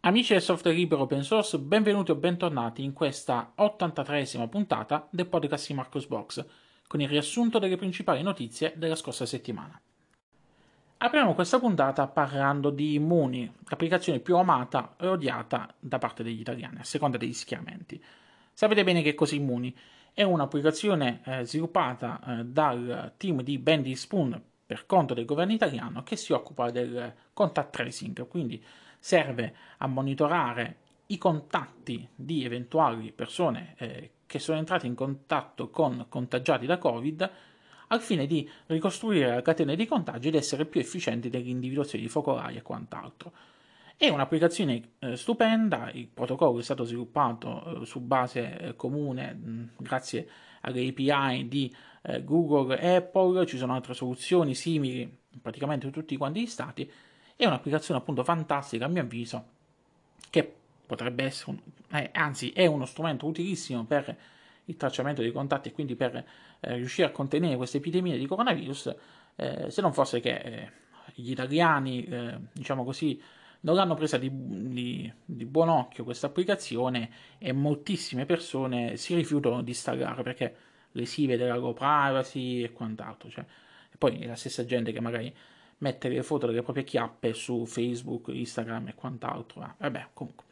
Amici del software libero open source, benvenuti o bentornati in questa 83esima puntata del podcast di Marcosbox, con il riassunto delle principali notizie della scorsa settimana. Apriamo questa puntata parlando di Mooney, l'applicazione più amata e odiata da parte degli italiani, a seconda degli schieramenti. Sapete bene che così Mooney è un'applicazione sviluppata dal team di Bendy Spoon per conto del governo italiano che si occupa del contact tracing, quindi serve a monitorare i contatti di eventuali persone che sono entrate in contatto con contagiati da Covid al fine di ricostruire la catena di contagi ed essere più efficienti nell'individuazione di focolai e quant'altro. È un'applicazione stupenda, il protocollo è stato sviluppato su base comune grazie alle API di Google e Apple, ci sono altre soluzioni simili praticamente in tutti quanti gli stati. È un'applicazione appunto fantastica a mio avviso, che potrebbe essere, anzi è uno strumento utilissimo per il tracciamento dei contatti e quindi per riuscire a contenere questa epidemia di coronavirus, se non fosse che gli italiani, diciamo così, non l'hanno presa di buon occhio questa applicazione e moltissime persone si rifiutano di installare perché lesive della loro privacy e quant'altro. Cioè, e poi è la stessa gente che magari mette le foto delle proprie chiappe su Facebook, Instagram e quant'altro. Vabbè, comunque.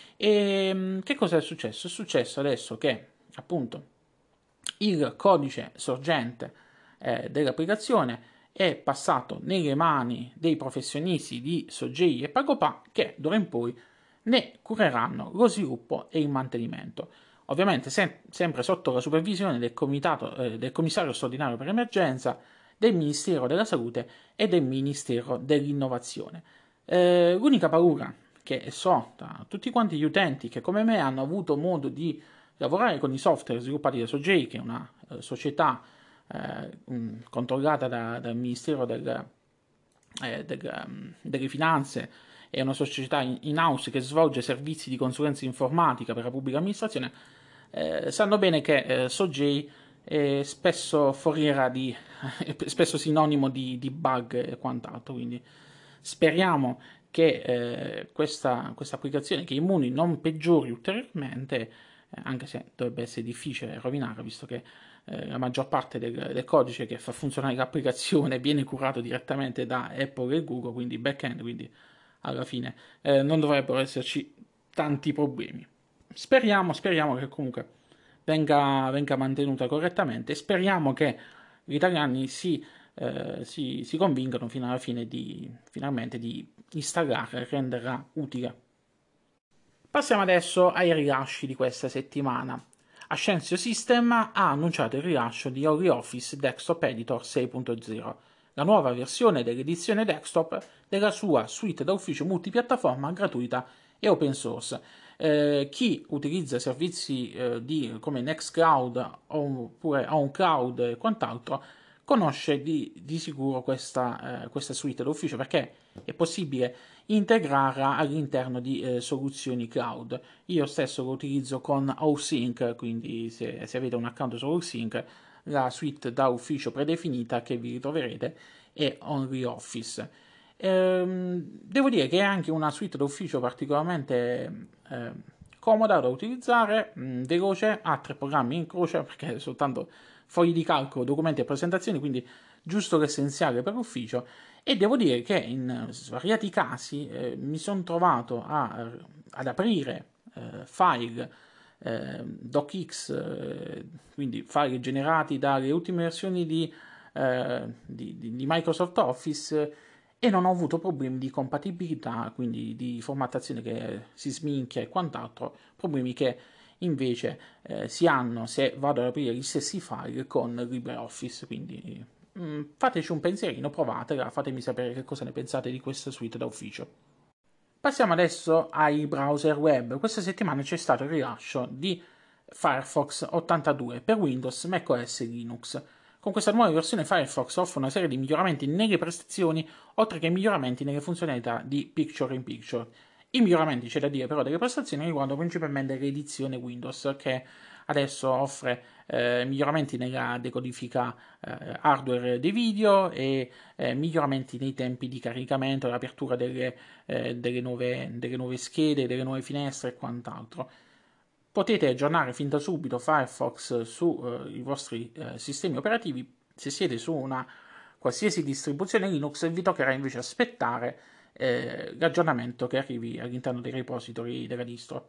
E che cosa è successo? È successo adesso che appunto il codice sorgente dell'applicazione è passato nelle mani dei professionisti di Sogei e Pagopà che d'ora in poi ne cureranno lo sviluppo e il mantenimento. Ovviamente sempre sotto la supervisione del commissario straordinario per emergenza, del Ministero della Salute e del Ministero dell'Innovazione. L'unica paura che so da tutti quanti gli utenti che come me hanno avuto modo di lavorare con i software sviluppati da Sogei, che è una società controllata dal Ministero delle Finanze, è una società in house che svolge servizi di consulenza informatica per la pubblica amministrazione, sanno bene che Sogei è spesso foriera di spesso sinonimo di bug e quant'altro, quindi speriamo che questa applicazione, che Immuni non peggiori ulteriormente, anche se dovrebbe essere difficile rovinarla, visto che la maggior parte del codice che fa funzionare l'applicazione viene curato direttamente da Apple e Google, quindi back-end, quindi alla fine non dovrebbero esserci tanti problemi. Speriamo che comunque venga mantenuta correttamente e speriamo che gli italiani si convincano fino alla fine finalmente di installare e renderla utile. Passiamo adesso ai rilasci di questa settimana. Ascensio System ha annunciato il rilascio di OnlyOffice Desktop Editor 6.0, la nuova versione dell'edizione desktop della sua suite da ufficio multipiattaforma gratuita e open source. Chi utilizza servizi come Nextcloud oppure OnCloud e quant'altro conosce di sicuro questa suite d'ufficio perché è possibile integrarla all'interno di soluzioni cloud. Io stesso lo utilizzo con OSync, quindi se avete un account su OSync, la suite da ufficio predefinita che vi ritroverete è OnlyOffice. Devo dire che è anche una suite d'ufficio particolarmente comoda da utilizzare, veloce, ha 3 programmi in croce perché è soltanto fogli di calcolo, documenti e presentazioni, quindi giusto l'essenziale per l'ufficio. E devo dire che in svariati casi mi sono trovato ad aprire file docx, quindi file generati dalle ultime versioni di Microsoft Office e non ho avuto problemi di compatibilità, quindi di formattazione che si sminchia e quant'altro, problemi che invece si hanno se vado ad aprire gli stessi file con LibreOffice, quindi fateci un pensierino, provatela, fatemi sapere che cosa ne pensate di questa suite da ufficio. Passiamo adesso ai browser web. Questa settimana c'è stato il rilascio di Firefox 82 per Windows, macOS e Linux. Con questa nuova versione Firefox offre una serie di miglioramenti nelle prestazioni, oltre che miglioramenti nelle funzionalità di Picture in Picture. I miglioramenti, c'è da dire però, delle prestazioni riguardano principalmente l'edizione Windows, che adesso offre miglioramenti nella decodifica hardware dei video e miglioramenti nei tempi di caricamento, l'apertura delle nuove schede, delle nuove finestre e quant'altro. Potete aggiornare fin da subito Firefox sui vostri sistemi operativi. Se siete su una qualsiasi distribuzione Linux, vi toccherà invece aspettare l'aggiornamento che arrivi all'interno dei repository della distro.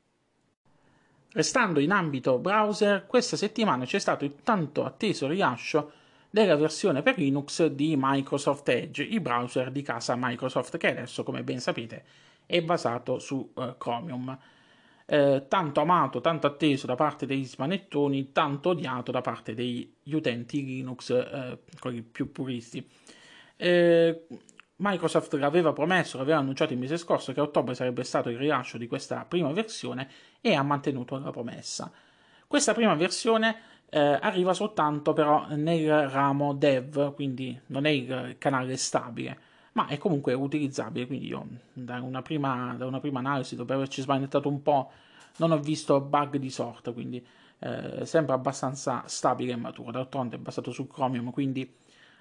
Restando in ambito browser, questa settimana c'è stato il tanto atteso rilascio della versione per Linux di Microsoft Edge, il browser di casa Microsoft, che adesso, come ben sapete, è basato su Chromium. Tanto amato, tanto atteso da parte degli smanettoni, tanto odiato da parte degli utenti Linux, quelli più puristi. Microsoft l'aveva promesso, l'aveva annunciato il mese scorso che a ottobre sarebbe stato il rilascio di questa prima versione e ha mantenuto la promessa. Questa prima versione arriva soltanto però nel ramo dev, quindi non è il canale stabile, ma è comunque utilizzabile, quindi io da una prima analisi, dopo averci smanettato un po', non ho visto bug di sorta, quindi sembra abbastanza stabile e maturo. D'altronde è basato su Chromium, quindi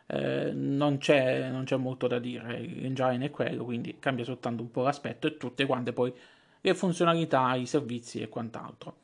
non c'è molto da dire, l'engine è quello, quindi cambia soltanto un po' l'aspetto e tutte quante poi le funzionalità, i servizi e quant'altro.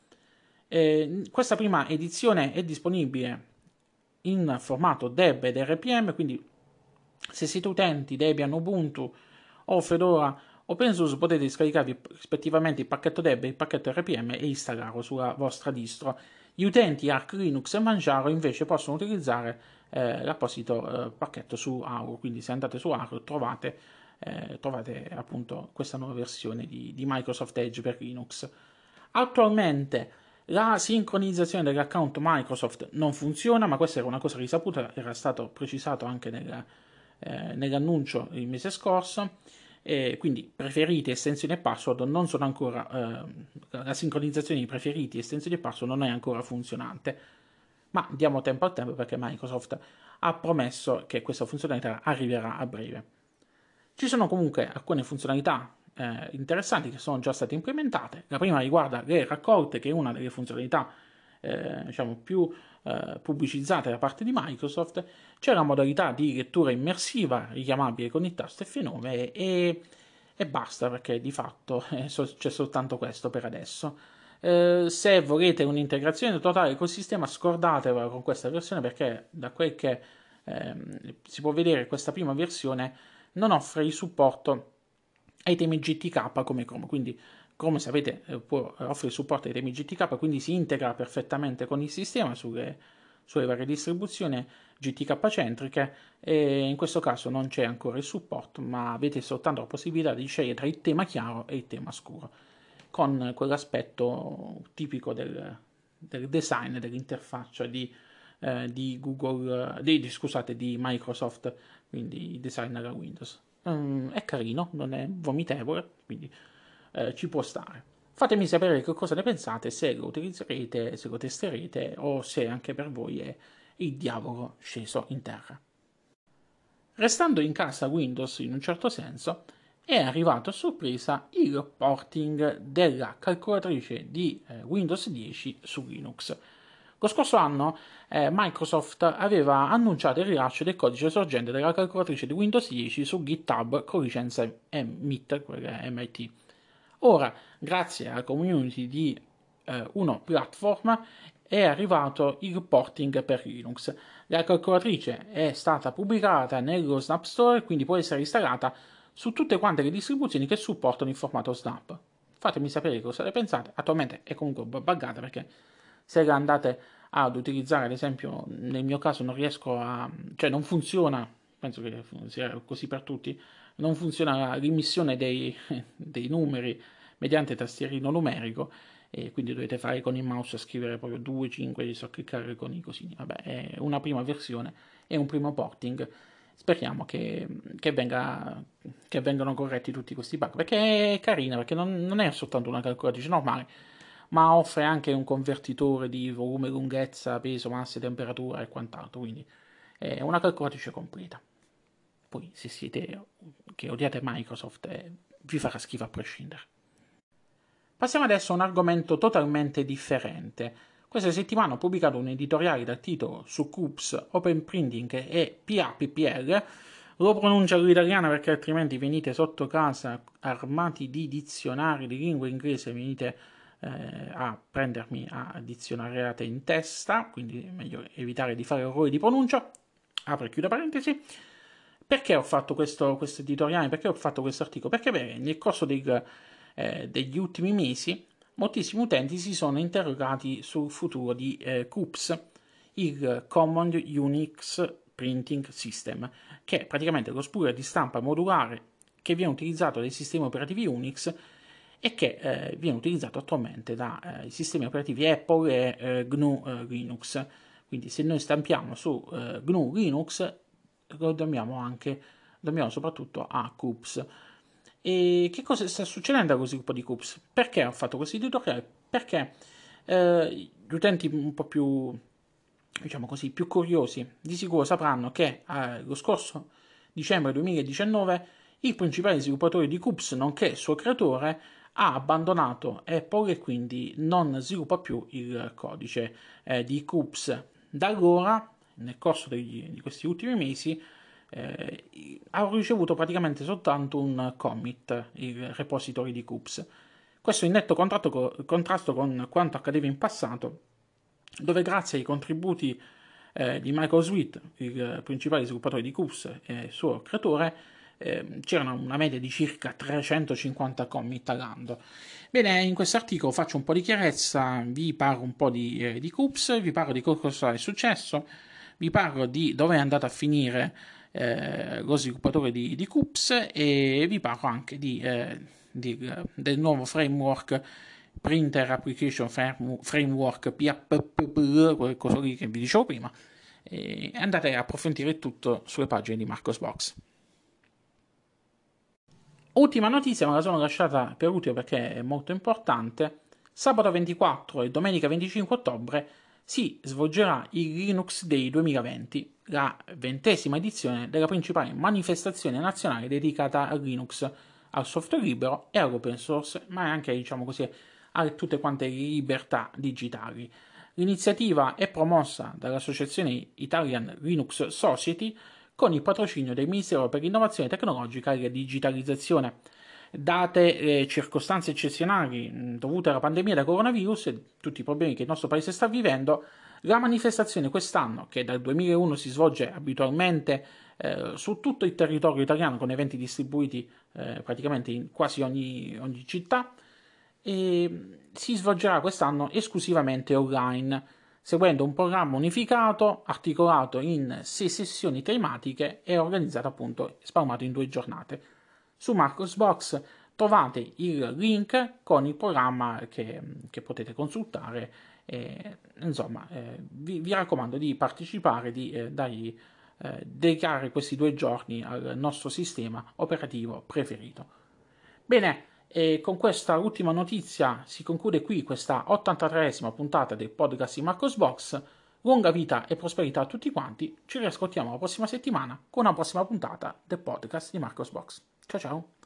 Questa prima edizione è disponibile in formato Deb ed RPM, quindi se siete utenti Debian, Ubuntu o Fedora OpenSUSE potete scaricarvi rispettivamente il pacchetto Deb e il pacchetto RPM e installarlo sulla vostra distro. Gli utenti Arch Linux e Manjaro invece possono utilizzare l'apposito pacchetto su Auro, quindi se andate su Auro trovate appunto questa nuova versione di Microsoft Edge per Linux. Attualmente la sincronizzazione dell'account Microsoft non funziona, ma questa era una cosa risaputa, era stato precisato anche nell'annuncio il mese scorso. Quindi preferiti, estensioni e password non sono ancora la sincronizzazione di preferiti, estensioni e password non è ancora funzionante, ma diamo tempo al tempo perché Microsoft ha promesso che questa funzionalità arriverà a breve. Ci sono comunque alcune funzionalità interessanti che sono già state implementate. La prima riguarda le raccolte, che è una delle funzionalità diciamo più pubblicizzate da parte di Microsoft. C'è la modalità di lettura immersiva richiamabile con il tasto F9 e basta, perché di fatto c'è soltanto questo per adesso. Se volete un'integrazione totale col sistema, scordatevela con questa versione, perché da quel che si può vedere questa prima versione non offre il supporto ai temi GTK come Chrome, quindi Chrome, sapete, offre il supporto ai temi GTK, quindi si integra perfettamente con il sistema sulle varie distribuzioni GTK centriche, e in questo caso non c'è ancora il supporto, ma avete soltanto la possibilità di scegliere tra il tema chiaro e il tema scuro, con quell'aspetto tipico del design dell'interfaccia di Google, scusate, di Microsoft, quindi il design alla Windows. È carino, non è vomitevole, quindi ci può stare. Fatemi sapere che cosa ne pensate, se lo utilizzerete, se lo testerete o se anche per voi è il diavolo sceso in terra. Restando in casa Windows in un certo senso, è arrivato a sorpresa il porting della calcolatrice di Windows 10 su Linux. Lo scorso anno Microsoft aveva annunciato il rilascio del codice sorgente della calcolatrice di Windows 10 su GitHub con licenza MIT, quella MIT. Ora, grazie alla community di Uno Platform, è arrivato il porting per Linux. La calcolatrice è stata pubblicata nello Snap Store, quindi può essere installata su tutte quante le distribuzioni che supportano il formato Snap. Fatemi sapere cosa ne pensate. Attualmente è comunque buggata, perché se la andate ad utilizzare, ad esempio nel mio caso non riesco cioè non funziona, penso che sia così per tutti, non funziona l'immissione dei numeri mediante tastierino numerico, e quindi dovete fare con il mouse a scrivere proprio 2, 5 e so cliccare con i cosini. Vabbè, è una prima versione, è un primo porting. Speriamo che vengano corretti tutti questi bug, perché è carina, perché non è soltanto una calcolatrice normale, ma offre anche un convertitore di volume, lunghezza, peso, massa, temperatura e quant'altro, quindi è una calcolatrice completa. Poi se siete che odiate Microsoft, vi farà schifo a prescindere. Passiamo adesso a un argomento totalmente differente, Questa settimana ho pubblicato un editoriale dal titolo su CUPS, Open Printing e PAPPL. Lo pronuncio all'italiana perché altrimenti venite sotto casa armati di dizionari di lingua inglese, venite a prendermi a dizionariate in testa, quindi è meglio evitare di fare errori di pronuncia. Apro e chiudo parentesi. Perché ho fatto questo editoriale? Perché ho fatto questo articolo? Perché nel corso degli ultimi mesi moltissimi utenti si sono interrogati sul futuro di CUPS, il Common Unix Printing System, che è praticamente lo spooler di stampa modulare che viene utilizzato dai sistemi operativi Unix e che viene utilizzato attualmente dai sistemi operativi Apple e GNU Linux. Quindi se noi stampiamo su GNU Linux lo dobbiamo soprattutto a CUPS. E che cosa sta succedendo allo sviluppo di CUPS? Perché ho fatto questo tutorial? Perché gli utenti un po' più, diciamo così, più curiosi di sicuro sapranno che lo scorso dicembre 2019 il principale sviluppatore di CUPS, nonché il suo creatore, ha abbandonato Apple e quindi non sviluppa più il codice di CUPS. Da allora, nel corso di questi ultimi mesi, ha ricevuto praticamente soltanto un commit, il repository di CUPS. Questo in netto contrasto con quanto accadeva in passato, dove grazie ai contributi di Michael Sweet, il principale sviluppatore di CUPS e il suo creatore, c'erano una media di circa 350 commit all'anno. Bene, in questo articolo faccio un po' di chiarezza, vi parlo un po' di CUPS, vi parlo di cosa è successo, vi parlo di dove è andato a finire lo sviluppatore di CUPS e vi parlo anche del nuovo framework Printer Application Framework PAPPL, quel coso lì che vi dicevo prima, e andate a approfondire tutto sulle pagine di Marcosbox. Ultima notizia, me la sono lasciata per ultimo perché è molto importante. Sabato 24 e domenica 25 ottobre si svolgerà il Linux Day 2020, la 20ª edizione della principale manifestazione nazionale dedicata a Linux, al software libero e all'open source, ma anche, diciamo così, a tutte quante le libertà digitali. L'iniziativa è promossa dall'associazione Italian Linux Society con il patrocinio del Ministero per l'Innovazione Tecnologica e la Digitalizzazione. Date le circostanze eccezionali dovute alla pandemia da coronavirus e tutti i problemi che il nostro paese sta vivendo, la manifestazione quest'anno, che dal 2001 si svolge abitualmente su tutto il territorio italiano con eventi distribuiti praticamente in quasi ogni città, e si svolgerà quest'anno esclusivamente online, seguendo un programma unificato, articolato in 6 sessioni tematiche e organizzato appunto spalmato in 2 giornate. Su Marcosbox trovate il link con il programma che potete consultare. Vi raccomando di partecipare, di dedicare questi 2 giorni al nostro sistema operativo preferito. Bene, e con questa ultima notizia si conclude qui questa 83esima puntata del podcast di Marcosbox. Lunga vita e prosperità a tutti quanti. Ci riascoltiamo la prossima settimana con una prossima puntata del podcast di Marcosbox. Ciao ciao!